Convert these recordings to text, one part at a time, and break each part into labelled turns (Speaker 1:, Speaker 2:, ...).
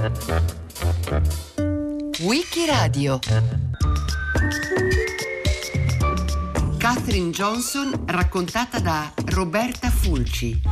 Speaker 1: Wikiradio. Katherine Johnson raccontata da Roberta Fulci.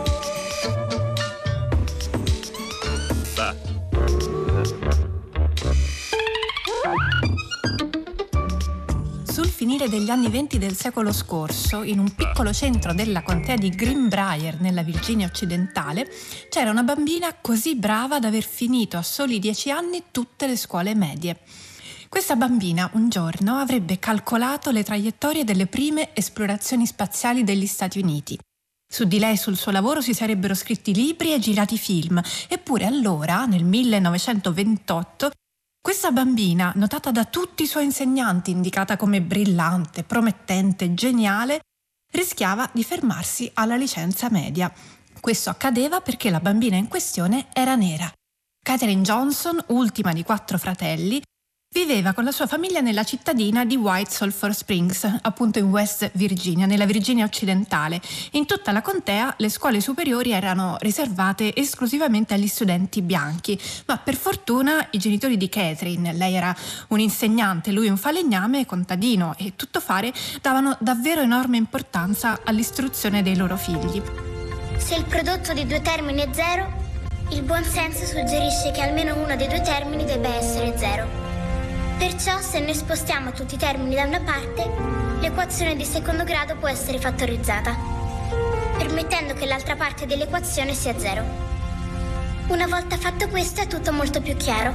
Speaker 2: Sul finire degli anni 20 del secolo scorso, in un piccolo centro della contea di Greenbrier, nella Virginia occidentale, c'era una bambina così brava da aver finito a soli 10 anni tutte le scuole medie. Questa bambina un giorno avrebbe calcolato le traiettorie delle prime esplorazioni spaziali degli Stati Uniti. Su di lei e sul suo lavoro si sarebbero scritti libri e girati film, eppure allora, nel 1928, questa bambina, notata da tutti i suoi insegnanti, indicata come brillante, promettente, geniale, rischiava di fermarsi alla licenza media. Questo accadeva perché la bambina in questione era nera. Katherine Johnson, ultima di 4 fratelli, viveva con la sua famiglia nella cittadina di White Sulphur Springs, appunto in West Virginia, nella Virginia occidentale. In tutta la contea le scuole superiori erano riservate esclusivamente agli studenti bianchi, ma per fortuna i genitori di Katherine, lei era un insegnante, lui un falegname, contadino e tuttofare, davano davvero enorme importanza all'istruzione dei loro figli.
Speaker 3: Se il prodotto di 2 termini è 0, il buon senso suggerisce che almeno uno dei 2 termini debba essere 0. Perciò, se noi spostiamo tutti i termini da una parte, l'equazione di secondo grado può essere fattorizzata, permettendo che l'altra parte dell'equazione sia 0. Una volta fatto questo è tutto molto più chiaro.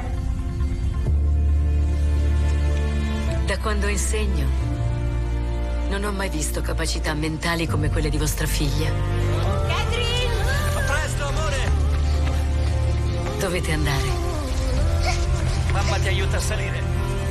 Speaker 4: Da quando insegno, non ho mai visto capacità mentali come quelle di vostra figlia.
Speaker 3: Katherine!
Speaker 5: A presto, amore!
Speaker 4: Dovete andare.
Speaker 5: Mamma ti aiuta a salire.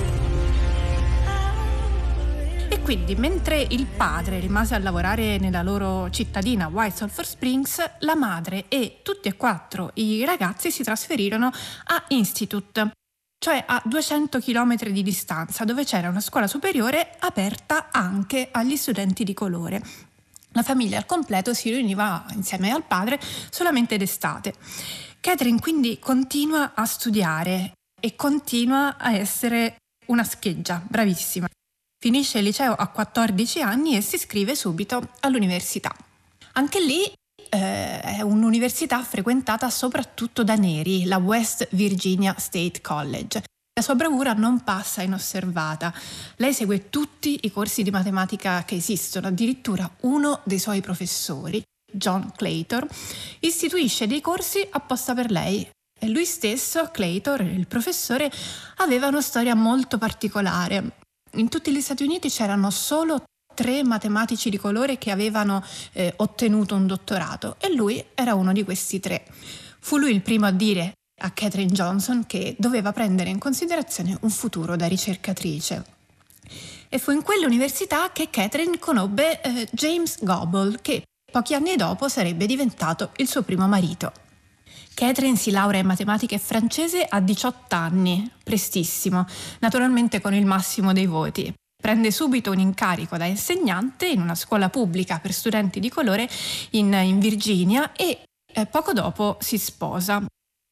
Speaker 2: E quindi, mentre il padre rimase a lavorare nella loro cittadina White Sulphur Springs, la madre e tutti e 4 i ragazzi si trasferirono a Institute, cioè a 200 chilometri di distanza, dove c'era una scuola superiore aperta anche agli studenti di colore. La famiglia al completo si riuniva insieme al padre solamente d'estate. Katherine quindi continua a studiare e continua a essere una scheggia, bravissima. Finisce il liceo a 14 anni e si iscrive subito all'università. Anche lì è un'università frequentata soprattutto da neri, la West Virginia State College. La sua bravura non passa inosservata. Lei segue tutti i corsi di matematica che esistono, addirittura uno dei suoi professori, John Claytor, istituisce dei corsi apposta per lei. E lui stesso, Claytor, il professore, aveva una storia molto particolare. In tutti gli Stati Uniti c'erano solo 3 matematici di colore che avevano ottenuto un dottorato e lui era uno di questi 3. Fu lui il primo a dire a Katherine Johnson che doveva prendere in considerazione un futuro da ricercatrice. E fu in quell'università che Katherine conobbe James Goble, che pochi anni dopo sarebbe diventato il suo primo marito. Katherine si laurea in matematica e francese a 18 anni, prestissimo, naturalmente con il massimo dei voti. Prende subito un incarico da insegnante in una scuola pubblica per studenti di colore in Virginia e poco dopo si sposa.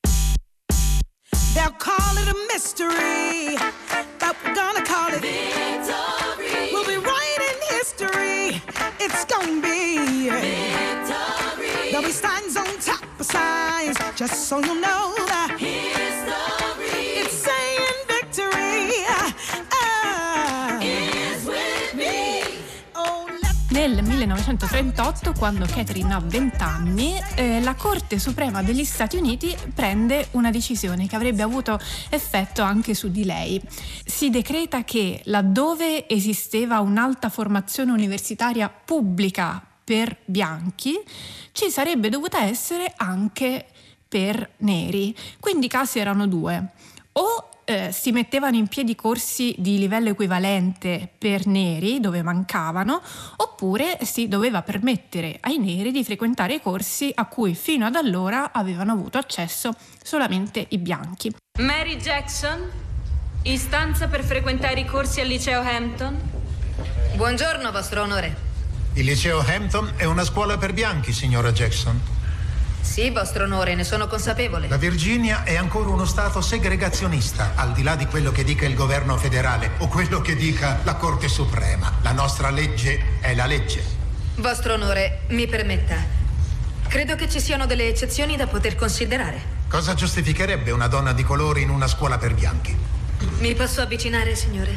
Speaker 6: They'll call it a mystery, but we're gonna call it victory. We'll be writing history. It's gonna be victory. There'll be signs on top of signs, just so you know that history. It's saying victory is with me. Oh,
Speaker 2: Nel 1938, quando Katherine ha 20 anni, la Corte Suprema degli Stati Uniti prende una decisione che avrebbe avuto effetto anche su di lei. Si decreta che laddove esisteva un'alta formazione universitaria pubblica per bianchi, ci sarebbe dovuta essere anche per neri. Quindi i casi erano 2. O si mettevano in piedi corsi di livello equivalente per neri dove mancavano, oppure si doveva permettere ai neri di frequentare i corsi a cui fino ad allora avevano avuto accesso solamente i bianchi.
Speaker 7: Mary Jackson, istanza per frequentare i corsi al liceo Hampton.
Speaker 8: Buongiorno, vostro onore.
Speaker 9: Il liceo Hampton è una scuola per bianchi, signora Jackson.
Speaker 4: Sì, vostro onore, ne sono consapevole.
Speaker 8: La Virginia è ancora uno stato segregazionista, al di là di quello che dica il governo federale o quello che dica la Corte Suprema. La nostra legge è la legge.
Speaker 4: Vostro onore, mi permetta. Credo che ci siano delle eccezioni da poter considerare.
Speaker 8: Cosa giustificherebbe una donna di colore in una scuola per bianchi?
Speaker 4: Mi posso avvicinare, signore?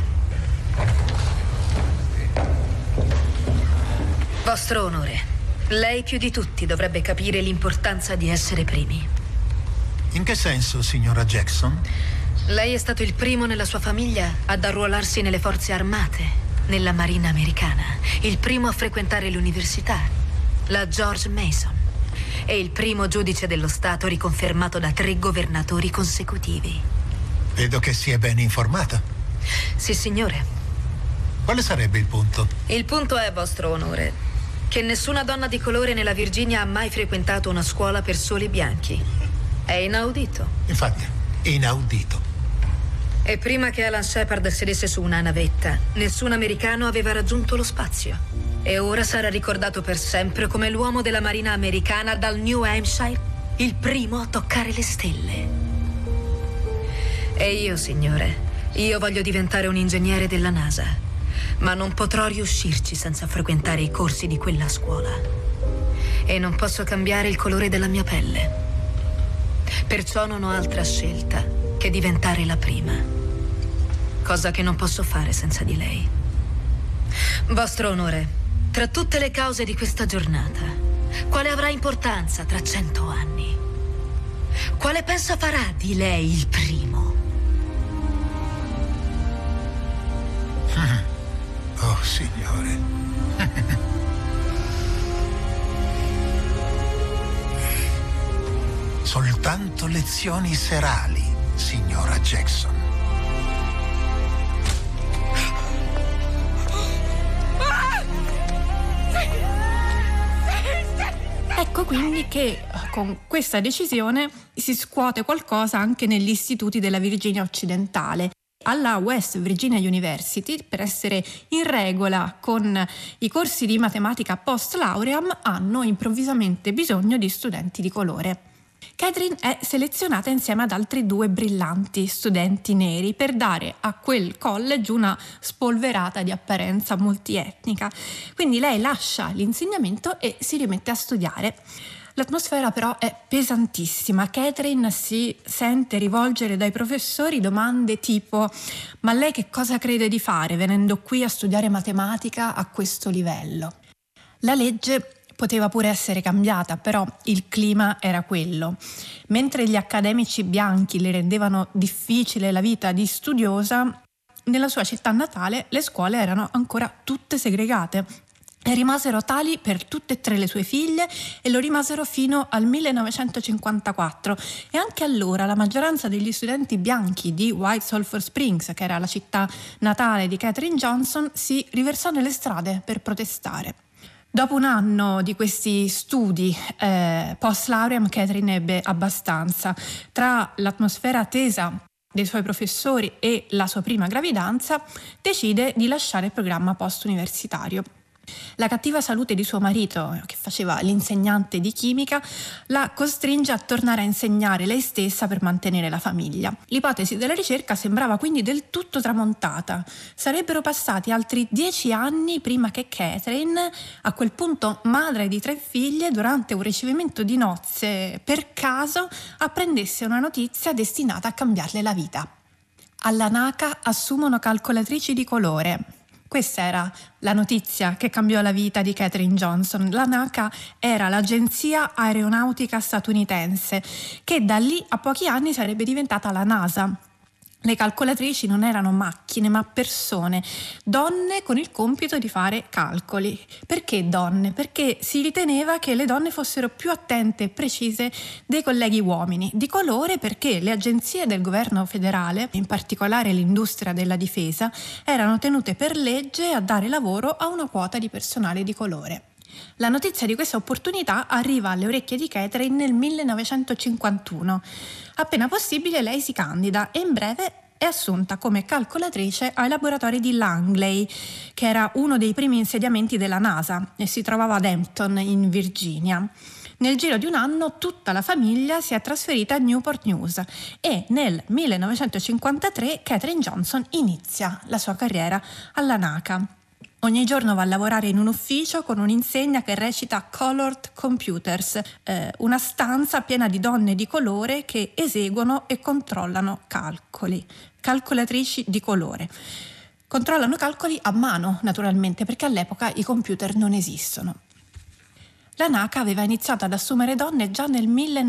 Speaker 4: Vostro onore, lei più di tutti dovrebbe capire l'importanza di essere primi.
Speaker 8: In che senso, signora Jackson?
Speaker 4: Lei è stato il primo nella sua famiglia ad arruolarsi nelle forze armate, nella Marina americana, il primo a frequentare l'università, la George Mason, e il primo giudice dello Stato riconfermato da 3 governatori consecutivi.
Speaker 8: Vedo che si è ben informata.
Speaker 4: Sì, signore.
Speaker 8: Quale sarebbe il punto? Il
Speaker 4: punto è, vostro onore, che nessuna donna di colore nella Virginia ha mai frequentato una scuola per soli bianchi. È inaudito.
Speaker 8: Infatti, inaudito.
Speaker 4: E prima che Alan Shepard sedesse su una navetta, nessun americano aveva raggiunto lo spazio. E ora sarà ricordato per sempre come l'uomo della Marina americana dal New Hampshire, il primo a toccare le stelle. E io, signore, io voglio diventare un ingegnere della NASA. Ma non potrò riuscirci senza frequentare i corsi di quella scuola. E non posso cambiare il colore della mia pelle. Perciò non ho altra scelta che diventare la prima. Cosa che non posso fare senza di lei. Vostro onore, tra tutte le cause di questa giornata, quale avrà importanza tra 100 anni? Quale pensa farà di lei il primo?
Speaker 8: Oh, signore. Soltanto lezioni serali, signora Jackson.
Speaker 2: Ecco quindi che con questa decisione si scuote qualcosa anche negli istituti della Virginia occidentale. Alla West Virginia University, per essere in regola con i corsi di matematica post lauream, hanno improvvisamente bisogno di studenti di colore. Catherine è selezionata insieme ad altri 2 brillanti studenti neri per dare a quel college una spolverata di apparenza multietnica. Quindi lei lascia l'insegnamento e si rimette a studiare. L'atmosfera però è pesantissima. Catherine si sente rivolgere dai professori domande tipo: ma lei che cosa crede di fare venendo qui a studiare matematica a questo livello? La legge poteva pure essere cambiata, però il clima era quello. Mentre gli accademici bianchi le rendevano difficile la vita di studiosa, nella sua città natale le scuole erano ancora tutte segregate. E rimasero tali per tutte e 3 le sue figlie e lo rimasero fino al 1954 e anche allora la maggioranza degli studenti bianchi di White Sulphur Springs, che era la città natale di Katherine Johnson, si riversò nelle strade per protestare. Dopo un anno di questi studi post lauream, Catherine ebbe abbastanza. Tra l'atmosfera tesa dei suoi professori e la sua prima gravidanza, decide di lasciare il programma post universitario. La cattiva salute di suo marito, che faceva l'insegnante di chimica, la costringe a tornare a insegnare lei stessa per mantenere la famiglia. L'ipotesi della ricerca sembrava quindi del tutto tramontata. Sarebbero passati altri 10 anni prima che Catherine, a quel punto madre di 3 figlie, durante un ricevimento di nozze per caso apprendesse una notizia destinata a cambiarle la vita. Alla NACA assumono calcolatrici di colore. Questa era la notizia che cambiò la vita di Katherine Johnson. La NACA era l'agenzia aeronautica statunitense, che da lì a pochi anni sarebbe diventata la NASA. Le calcolatrici non erano macchine, ma persone, donne con il compito di fare calcoli. Perché donne? Perché si riteneva che le donne fossero più attente e precise dei colleghi uomini. Di colore perché le agenzie del governo federale, in particolare l'industria della difesa, erano tenute per legge a dare lavoro a una quota di personale di colore. La notizia di questa opportunità arriva alle orecchie di Catherine nel 1951. Appena possibile lei si candida e in breve è assunta come calcolatrice ai laboratori di Langley, che era uno dei primi insediamenti della NASA e si trovava ad Hampton in Virginia. Nel giro di un anno tutta la famiglia si è trasferita a Newport News e nel 1953 Katherine Johnson inizia la sua carriera alla NACA. Ogni giorno va a lavorare in un ufficio con un'insegna che recita Colored Computers, una stanza piena di donne di colore che eseguono e controllano calcoli, calcolatrici di colore. Controllano calcoli a mano, naturalmente, perché all'epoca i computer non esistono. La NACA aveva iniziato ad assumere donne già nel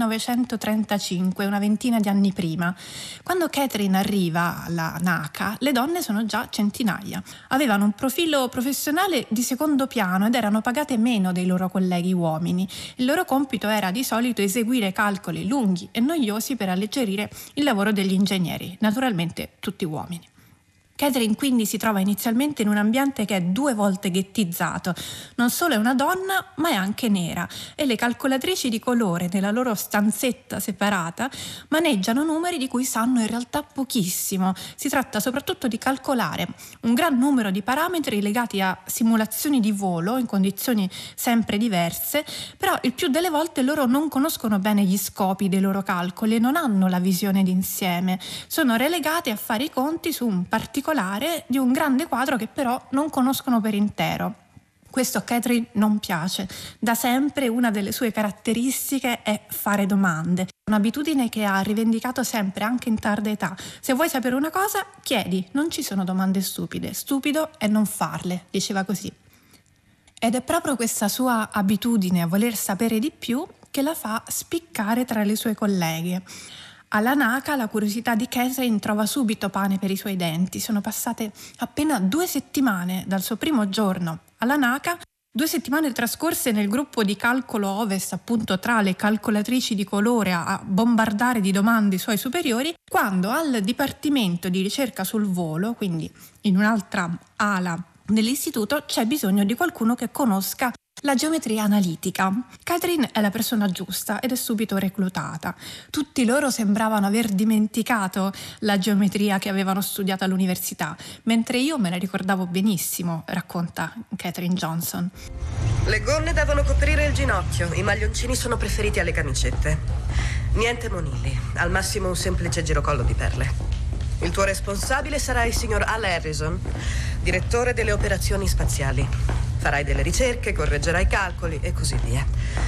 Speaker 2: 1935, una ventina di anni prima. Quando Katherine arriva alla NACA, le donne sono già centinaia. Avevano un profilo professionale di secondo piano ed erano pagate meno dei loro colleghi uomini. Il loro compito era di solito eseguire calcoli lunghi e noiosi per alleggerire il lavoro degli ingegneri, naturalmente tutti uomini. Katherine quindi si trova inizialmente in un ambiente che è 2 volte ghettizzato. Non solo è una donna, ma è anche nera e le calcolatrici di colore nella loro stanzetta separata maneggiano numeri di cui sanno in realtà pochissimo. Si tratta soprattutto di calcolare un gran numero di parametri legati a simulazioni di volo in condizioni sempre diverse, però il più delle volte loro non conoscono bene gli scopi dei loro calcoli e non hanno la visione d'insieme. Sono relegate a fare i conti su un particolare di un grande quadro che però non conoscono per intero. Questo a Katherine non piace. Da sempre una delle sue caratteristiche è fare domande, un'abitudine che ha rivendicato sempre anche in tarda età. Se vuoi sapere una cosa, chiedi, non ci sono domande stupide, stupido è non farle, diceva così. Ed è proprio questa sua abitudine a voler sapere di più che la fa spiccare tra le sue colleghe. Alla NACA la curiosità di Katherine trova subito pane per i suoi denti. Sono passate appena 2 settimane dal suo primo giorno alla NACA, 2 settimane trascorse nel gruppo di calcolo Ovest, appunto tra le calcolatrici di colore a bombardare di domande i suoi superiori, quando al Dipartimento di ricerca sul volo, quindi in un'altra ala dell'istituto, c'è bisogno di qualcuno che conosca la geometria analitica. Katherine è la persona giusta ed è subito reclutata. Tutti loro sembravano aver dimenticato la geometria che avevano studiato all'università, mentre io me la ricordavo benissimo, racconta Katherine Johnson.
Speaker 9: Le gonne devono coprire il ginocchio, i maglioncini sono preferiti alle camicette. Niente monili, al massimo un semplice girocollo di perle. Il tuo responsabile sarà il signor Al Harrison, direttore delle operazioni spaziali. Farai delle ricerche, correggerai i calcoli e così via.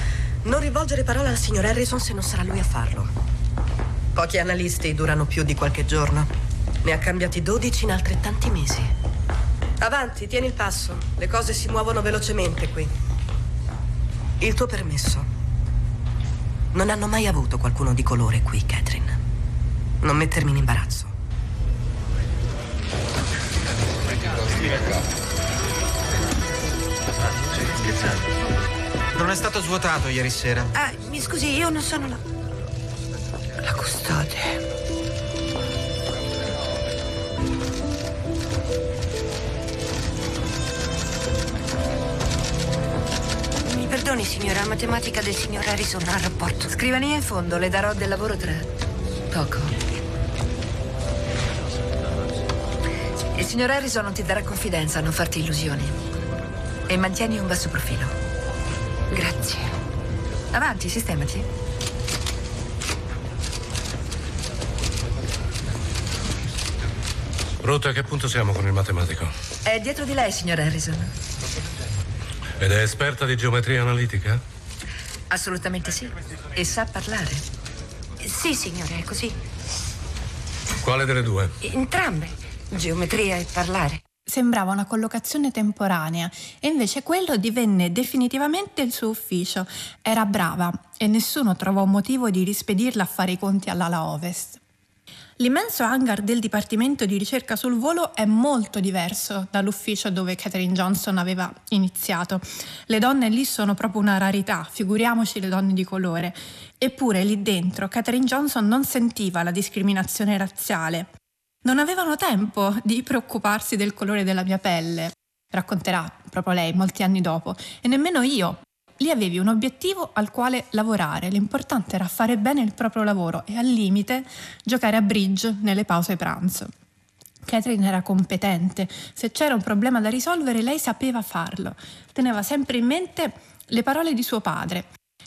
Speaker 9: Non rivolgere parola al signor Harrison se non sarà lui a farlo. Pochi analisti durano più di qualche giorno. Ne ha cambiati 12 in altrettanti mesi. Avanti, tieni il passo. Le cose si muovono velocemente qui. Il tuo permesso. Non hanno mai avuto qualcuno di colore qui, Katherine. Non mettermi in imbarazzo.
Speaker 10: Non è stato svuotato ieri sera.
Speaker 9: Ah, mi scusi, io non sono la custode. Mi perdoni, signora, matematica del signor Harrison al rapporto.
Speaker 4: Scrivania in fondo, le darò del lavoro tra poco. Il signor Harrison non ti darà confidenza, non farti illusioni. E mantieni un basso profilo.
Speaker 9: Grazie.
Speaker 4: Avanti, sistemati.
Speaker 11: Ruth, a che punto siamo con il matematico?
Speaker 4: È dietro di lei, signor Harrison.
Speaker 11: Ed è esperta di geometria analitica?
Speaker 4: Assolutamente sì. E sa parlare.
Speaker 9: Sì, signore, è così.
Speaker 11: Quale delle due?
Speaker 9: Entrambe. Geometria e parlare.
Speaker 2: Sembrava una collocazione temporanea e invece quello divenne definitivamente il suo ufficio. Era brava e nessuno trovò motivo di rispedirla a fare i conti all'ala ovest. L'immenso hangar del Dipartimento di ricerca sul volo è molto diverso dall'ufficio dove Katherine Johnson aveva iniziato. Le donne lì sono proprio una rarità, figuriamoci le donne di colore. Eppure lì dentro Katherine Johnson non sentiva la discriminazione razziale. Non avevano tempo di preoccuparsi del colore della mia pelle, racconterà proprio lei molti anni dopo, e nemmeno io. Lì avevi un obiettivo al quale lavorare, l'importante era fare bene il proprio lavoro e al limite giocare a bridge nelle pause pranzo. Katherine era competente, se c'era un problema da risolvere lei sapeva farlo, teneva sempre in mente le parole di suo padre.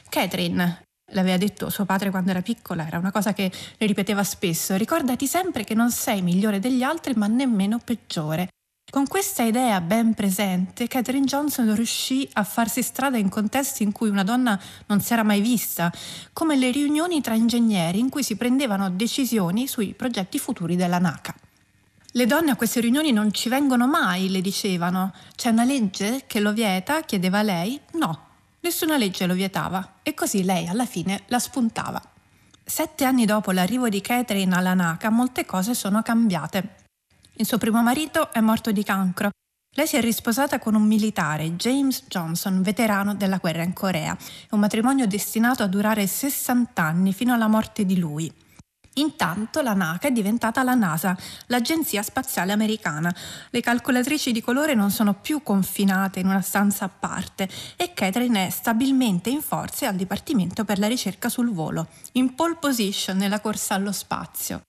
Speaker 2: Catherine, le aveva detto suo padre quando era piccola, era una cosa che le ripeteva spesso: ricordati sempre che non sei migliore degli altri ma nemmeno peggiore. Con questa idea ben presente, Katherine Johnson riuscì a farsi strada in contesti in cui una donna non si era mai vista, come le riunioni tra ingegneri in cui si prendevano decisioni sui progetti futuri della NACA. Le donne a queste riunioni non ci vengono mai, le dicevano. C'è una legge che lo vieta? Chiedeva lei. No, nessuna legge lo vietava, e così lei alla fine la spuntava. 7 anni dopo l'arrivo di Catherine alla NACA, molte cose sono cambiate. Il suo primo marito è morto di cancro. Lei si è risposata con un militare, James Johnson, veterano della guerra in Corea. È un matrimonio destinato a durare 60 anni, fino alla morte di lui. Intanto la NACA è diventata la NASA, l'Agenzia Spaziale Americana. Le calcolatrici di colore non sono più confinate in una stanza a parte e Catherine è stabilmente in forze al Dipartimento per la ricerca sul volo, in pole position nella corsa allo spazio.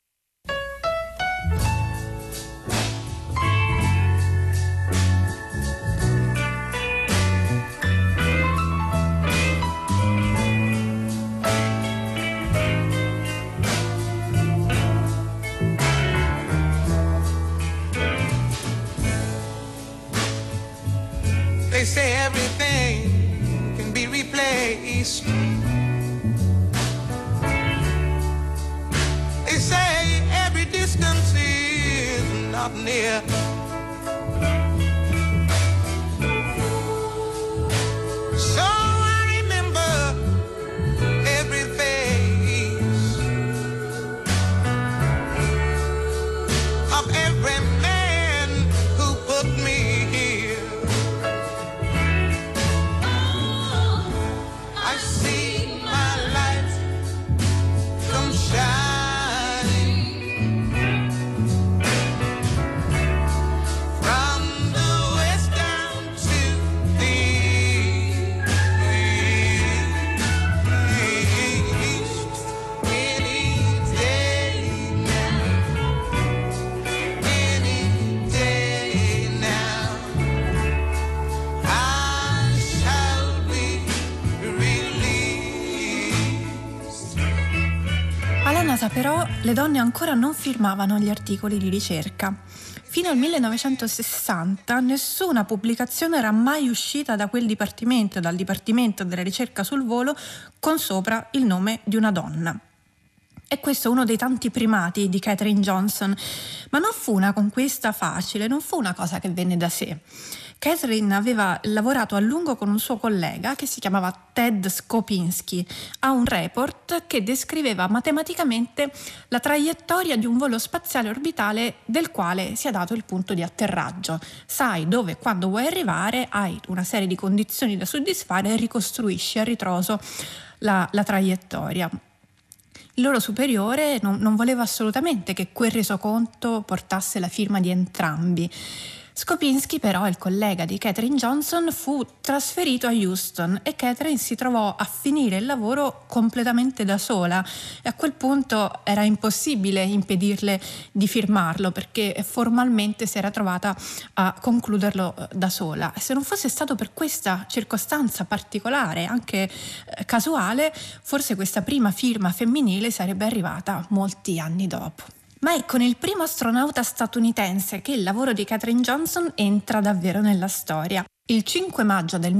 Speaker 12: They say everything can be replaced. They say every distance is not near. So I remember every face of every man who put me here. I see my light come shining from the west down to the east. Any day now, I shall be released.
Speaker 2: Alla NASA però le donne ancora non firmavano gli articoli di ricerca. Fino al 1960 nessuna pubblicazione era mai uscita da quel dipartimento, dal Dipartimento della ricerca sul volo, con sopra il nome di una donna. E questo è uno dei tanti primati di Katherine Johnson, ma non fu una conquista facile, non fu una cosa che venne da sé. Catherine aveva lavorato a lungo con un suo collega che si chiamava Ted Skopinski a un report che descriveva matematicamente la traiettoria di un volo spaziale orbitale del quale si è dato il punto di atterraggio. Sai dove e quando vuoi arrivare, hai una serie di condizioni da soddisfare e ricostruisci a ritroso la traiettoria. Il loro superiore non voleva assolutamente che quel resoconto portasse la firma di entrambi. Skopinski però, il collega di Katherine Johnson, fu trasferito a Houston e Katherine si trovò a finire il lavoro completamente da sola e a quel punto era impossibile impedirle di firmarlo perché formalmente si era trovata a concluderlo da sola. E se non fosse stato per questa circostanza particolare, anche casuale, forse questa prima firma femminile sarebbe arrivata molti anni dopo. Ma è con il primo astronauta statunitense che il lavoro di Katherine Johnson entra davvero nella storia. Il 5 maggio del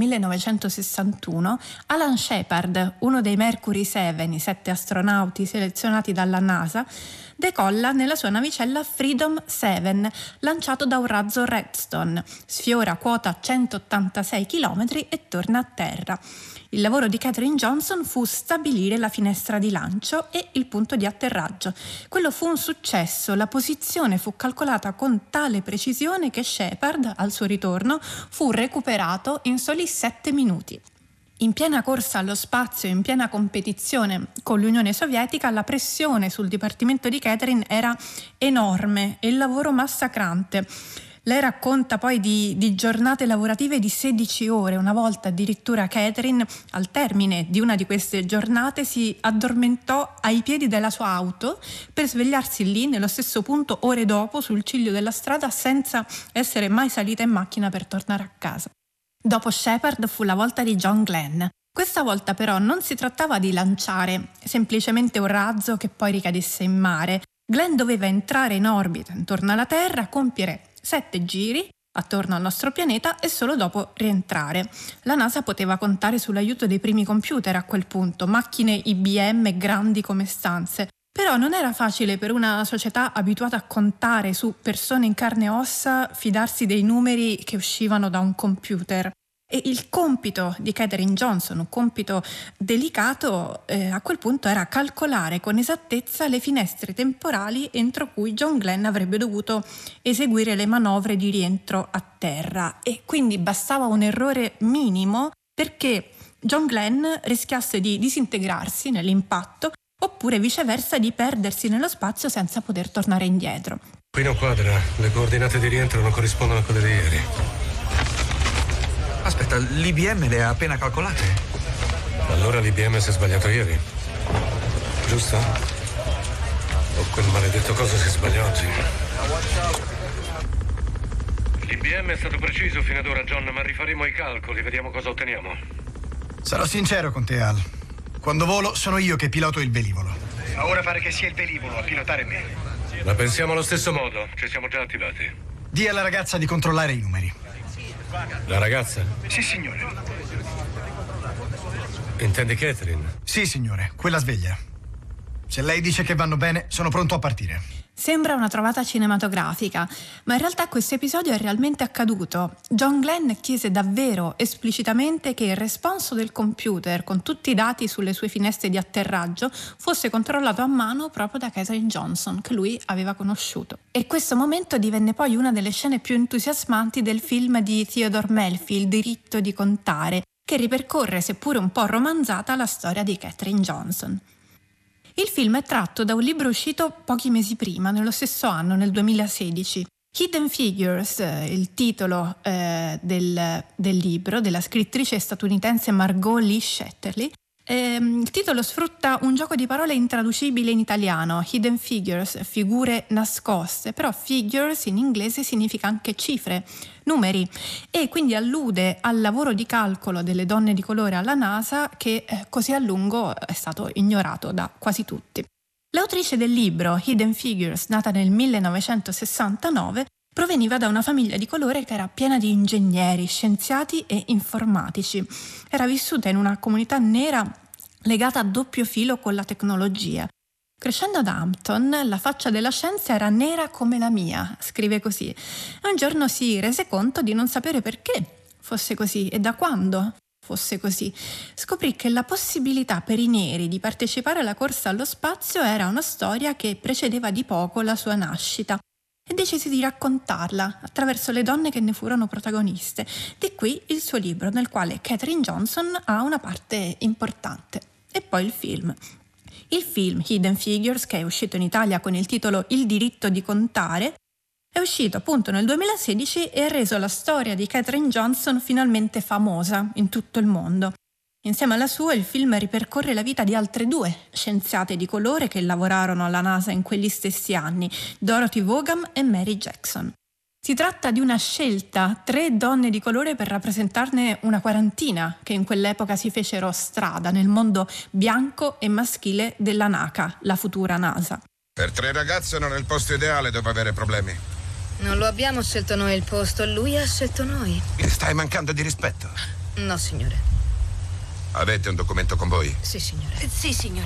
Speaker 2: 1961 Alan Shepard, uno dei Mercury 7, i 7 astronauti selezionati dalla NASA, decolla nella sua navicella Freedom 7, lanciato da un razzo Redstone, sfiora quota 186 km e torna a terra. Il lavoro di Katherine Johnson fu stabilire la finestra di lancio e il punto di atterraggio. Quello fu un successo, la posizione fu calcolata con tale precisione che Shepard, al suo ritorno, fu recuperato in soli 7 minuti. In piena corsa allo spazio e in piena competizione con l'Unione Sovietica, la pressione sul dipartimento di Katherine era enorme e il lavoro massacrante. Lei racconta poi di giornate lavorative di 16 ore. Una volta addirittura Katherine, al termine di una di queste giornate, si addormentò ai piedi della sua auto per svegliarsi lì, nello stesso punto, ore dopo, sul ciglio della strada, senza essere mai salita in macchina per tornare a casa. Dopo Shepard fu la volta di John Glenn. Questa volta però non si trattava di lanciare semplicemente un razzo che poi ricadesse in mare. Glenn doveva entrare in orbita intorno alla Terra, compiere 7 giri attorno al nostro pianeta e solo dopo rientrare. La NASA poteva contare sull'aiuto dei primi computer a quel punto, macchine IBM grandi come stanze. Però non era facile per una società abituata a contare su persone in carne e ossa fidarsi dei numeri che uscivano da un computer. E il compito di Katherine Johnson, un compito delicato, a quel punto era calcolare con esattezza le finestre temporali entro cui John Glenn avrebbe dovuto eseguire le manovre di rientro a terra. E quindi bastava un errore minimo perché John Glenn rischiasse di disintegrarsi nell'impatto oppure viceversa di perdersi nello spazio senza poter tornare indietro.
Speaker 11: Qui non quadra, le coordinate di rientro non corrispondono a quelle di ieri.
Speaker 10: Aspetta, l'IBM le ha appena calcolate?
Speaker 11: Allora l'IBM si è sbagliato ieri, giusto? O quel maledetto coso si sbaglia oggi? L'IBM è stato preciso fino ad ora, John, ma rifaremo i calcoli, vediamo cosa otteniamo.
Speaker 13: Sarò sincero con te, Al. Quando volo sono io che piloto il velivolo.
Speaker 14: Ma ora pare che sia il velivolo a pilotare me.
Speaker 11: La pensiamo allo stesso modo, ci siamo già attivati.
Speaker 13: Dì alla ragazza di controllare i numeri.
Speaker 11: La ragazza?
Speaker 14: Sì, signore.
Speaker 11: Intendi Katherine?
Speaker 13: Sì, signore, quella sveglia. Se lei dice che vanno bene, sono pronto a partire.
Speaker 2: Sembra una trovata cinematografica, ma in realtà questo episodio è realmente accaduto. John Glenn chiese davvero esplicitamente che il responso del computer con tutti i dati sulle sue finestre di atterraggio fosse controllato a mano proprio da Katherine Johnson, che lui aveva conosciuto. E questo momento divenne poi una delle scene più entusiasmanti del film di Theodore Melfi, Il diritto di contare, che ripercorre, seppure un po' romanzata, la storia di Katherine Johnson. Il film è tratto da un libro uscito pochi mesi prima, nello stesso anno, nel 2016. Hidden Figures, il titolo del libro, della scrittrice statunitense Margot Lee Shetterly. Il titolo sfrutta un gioco di parole intraducibile in italiano, Hidden Figures, figure nascoste, però figures in inglese significa anche cifre, numeri, e quindi allude al lavoro di calcolo delle donne di colore alla NASA che così a lungo è stato ignorato da quasi tutti. L'autrice del libro, Hidden Figures, nata nel 1969, proveniva da una famiglia di colore che era piena di ingegneri, scienziati e informatici. Era vissuta in una comunità nera legata a doppio filo con la tecnologia. Crescendo ad Hampton, la faccia della scienza era nera come la mia, scrive così. E un giorno si rese conto di non sapere perché fosse così e da quando fosse così. Scoprì che la possibilità per i neri di partecipare alla corsa allo spazio era una storia che precedeva di poco la sua nascita. E decise di raccontarla attraverso le donne che ne furono protagoniste. Di qui il suo libro, nel quale Katherine Johnson ha una parte importante. E poi il film. Il film Hidden Figures, che è uscito in Italia con il titolo Il diritto di contare, è uscito appunto nel 2016 e ha reso la storia di Katherine Johnson finalmente famosa in tutto il mondo. Insieme alla sua, il film ripercorre la vita di altre 2 scienziate di colore che lavorarono alla NASA in quegli stessi anni, Dorothy Vaughan e Mary Jackson. Si tratta di una scelta, 3 donne di colore per rappresentarne una quarantina che in quell'epoca si fecero strada nel mondo bianco e maschile della NACA, la futura NASA.
Speaker 15: Per 3 ragazze non è il posto ideale dove avere problemi.
Speaker 4: Non lo abbiamo scelto noi il posto, lui ha scelto noi.
Speaker 15: Mi stai mancando di rispetto.
Speaker 4: No, signore.
Speaker 15: Avete un documento con voi?
Speaker 4: Sì, signore.
Speaker 16: Sì, signore.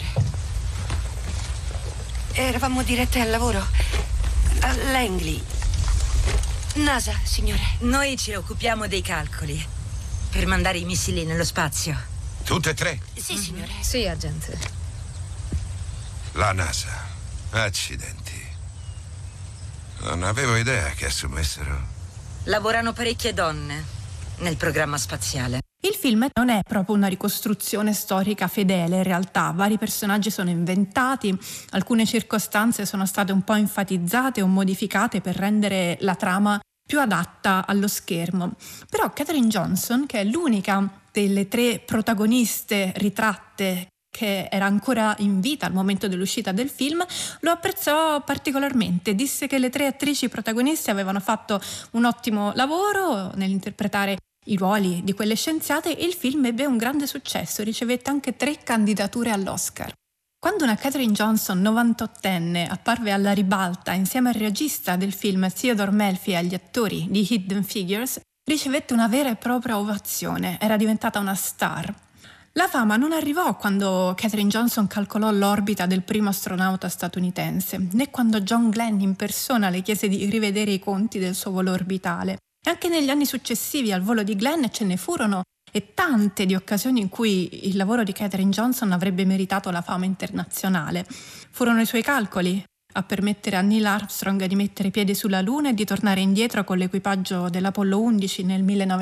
Speaker 16: Eravamo dirette al lavoro. All'Langley. NASA, signore. Noi ci occupiamo dei calcoli per mandare i missili nello spazio.
Speaker 15: Tutte e 3?
Speaker 16: Sì, signore.
Speaker 4: Sì, agente.
Speaker 15: La NASA. Accidenti. Non avevo idea che assumessero.
Speaker 16: Lavorano parecchie donne nel programma spaziale.
Speaker 2: Il film non è proprio una ricostruzione storica fedele, in realtà vari personaggi sono inventati, alcune circostanze sono state un po' enfatizzate o modificate per rendere la trama più adatta allo schermo. Però Katherine Johnson, che è l'unica delle 3 protagoniste ritratte che era ancora in vita al momento dell'uscita del film, lo apprezzò particolarmente. Disse che le 3 attrici protagoniste avevano fatto un ottimo lavoro nell'interpretare i ruoli di quelle scienziate, il film ebbe un grande successo, ricevette anche 3 candidature all'Oscar. Quando una Katherine Johnson, 98enne, apparve alla ribalta insieme al regista del film Theodore Melfi e agli attori di Hidden Figures, ricevette una vera e propria ovazione, era diventata una star. La fama non arrivò quando Katherine Johnson calcolò l'orbita del primo astronauta statunitense, né quando John Glenn in persona le chiese di rivedere i conti del suo volo orbitale. E anche negli anni successivi al volo di Glenn ce ne furono e tante di occasioni in cui il lavoro di Katherine Johnson avrebbe meritato la fama internazionale. Furono i suoi calcoli a permettere a Neil Armstrong di mettere piede sulla Luna e di tornare indietro con l'equipaggio dell'Apollo 11 nel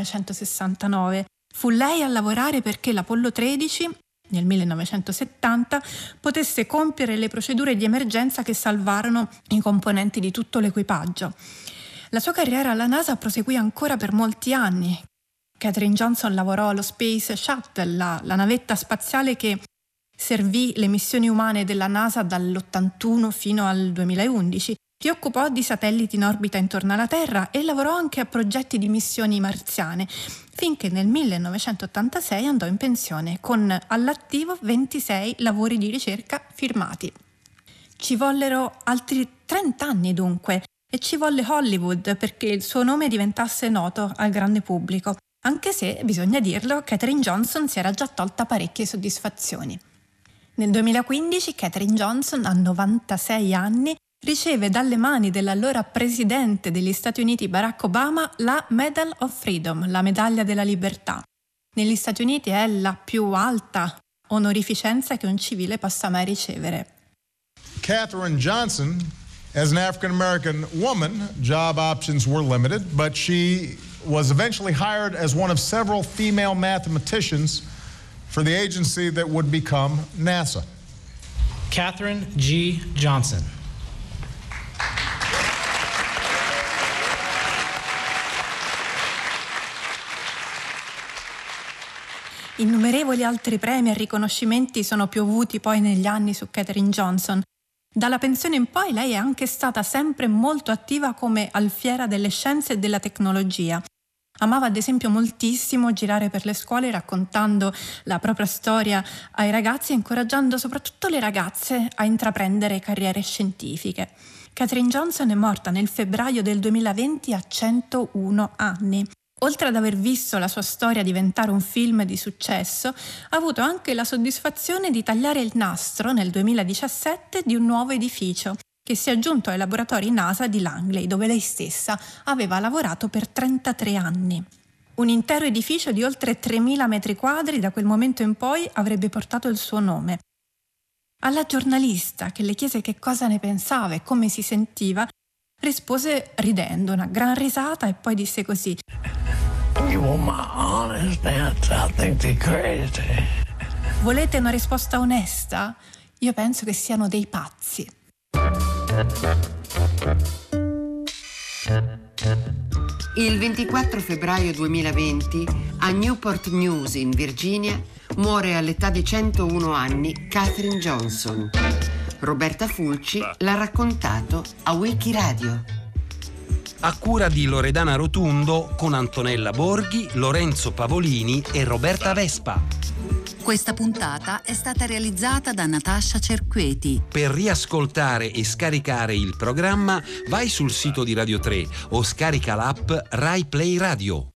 Speaker 2: 1969. Fu lei a lavorare perché l'Apollo 13, nel 1970, potesse compiere le procedure di emergenza che salvarono i componenti di tutto l'equipaggio. La sua carriera alla NASA proseguì ancora per molti anni. Katherine Johnson lavorò allo Space Shuttle, la navetta spaziale che servì le missioni umane della NASA dall'81 fino al 2011. Si occupò di satelliti in orbita intorno alla Terra e lavorò anche a progetti di missioni marziane, finché nel 1986 andò in pensione con all'attivo 26 lavori di ricerca firmati. Ci vollero altri 30 anni dunque e ci volle Hollywood perché il suo nome diventasse noto al grande pubblico, anche se, bisogna dirlo, Katherine Johnson si era già tolta parecchie soddisfazioni. Nel 2015 Katherine Johnson, a 96 anni, riceve dalle mani dell'allora presidente degli Stati Uniti Barack Obama la Medal of Freedom, la medaglia della libertà. Negli Stati Uniti è la più alta onorificenza che un civile possa mai ricevere.
Speaker 17: Katherine Johnson, as an African American woman, job options were limited, but she was eventually hired as one of several female mathematicians for the agency that would become NASA.
Speaker 18: Katherine G. Johnson.
Speaker 2: Innumerevoli altri premi e riconoscimenti sono piovuti poi negli anni su Katherine Johnson. Dalla pensione in poi lei è anche stata sempre molto attiva come alfiera delle scienze e della tecnologia. Amava ad esempio moltissimo girare per le scuole raccontando la propria storia ai ragazzi e incoraggiando soprattutto le ragazze a intraprendere carriere scientifiche. Katherine Johnson è morta nel febbraio del 2020 a 101 anni. Oltre ad aver visto la sua storia diventare un film di successo, ha avuto anche la soddisfazione di tagliare il nastro nel 2017 di un nuovo edificio che si è aggiunto ai laboratori NASA di Langley, dove lei stessa aveva lavorato per 33 anni. Un intero edificio di oltre 3.000 metri quadri da quel momento in poi avrebbe portato il suo nome. Alla giornalista che le chiese che cosa ne pensava e come si sentiva, rispose ridendo, una gran risata, e poi disse così:
Speaker 12: You want my honest answer? I think they're crazy.
Speaker 2: Volete una risposta onesta? Io penso che siano dei pazzi.
Speaker 1: Il 24 febbraio 2020 a Newport News in Virginia muore all'età di 101 anni Katherine Johnson. Roberta Fulci l'ha raccontato a Wikiradio.
Speaker 19: A cura di Loredana Rotundo con Antonella Borghi, Lorenzo Pavolini e Roberta Vespa.
Speaker 20: Questa puntata è stata realizzata da Natascia Cerqueti.
Speaker 19: Per riascoltare e scaricare il programma vai sul sito di Radio 3 o scarica l'app Rai Play Radio.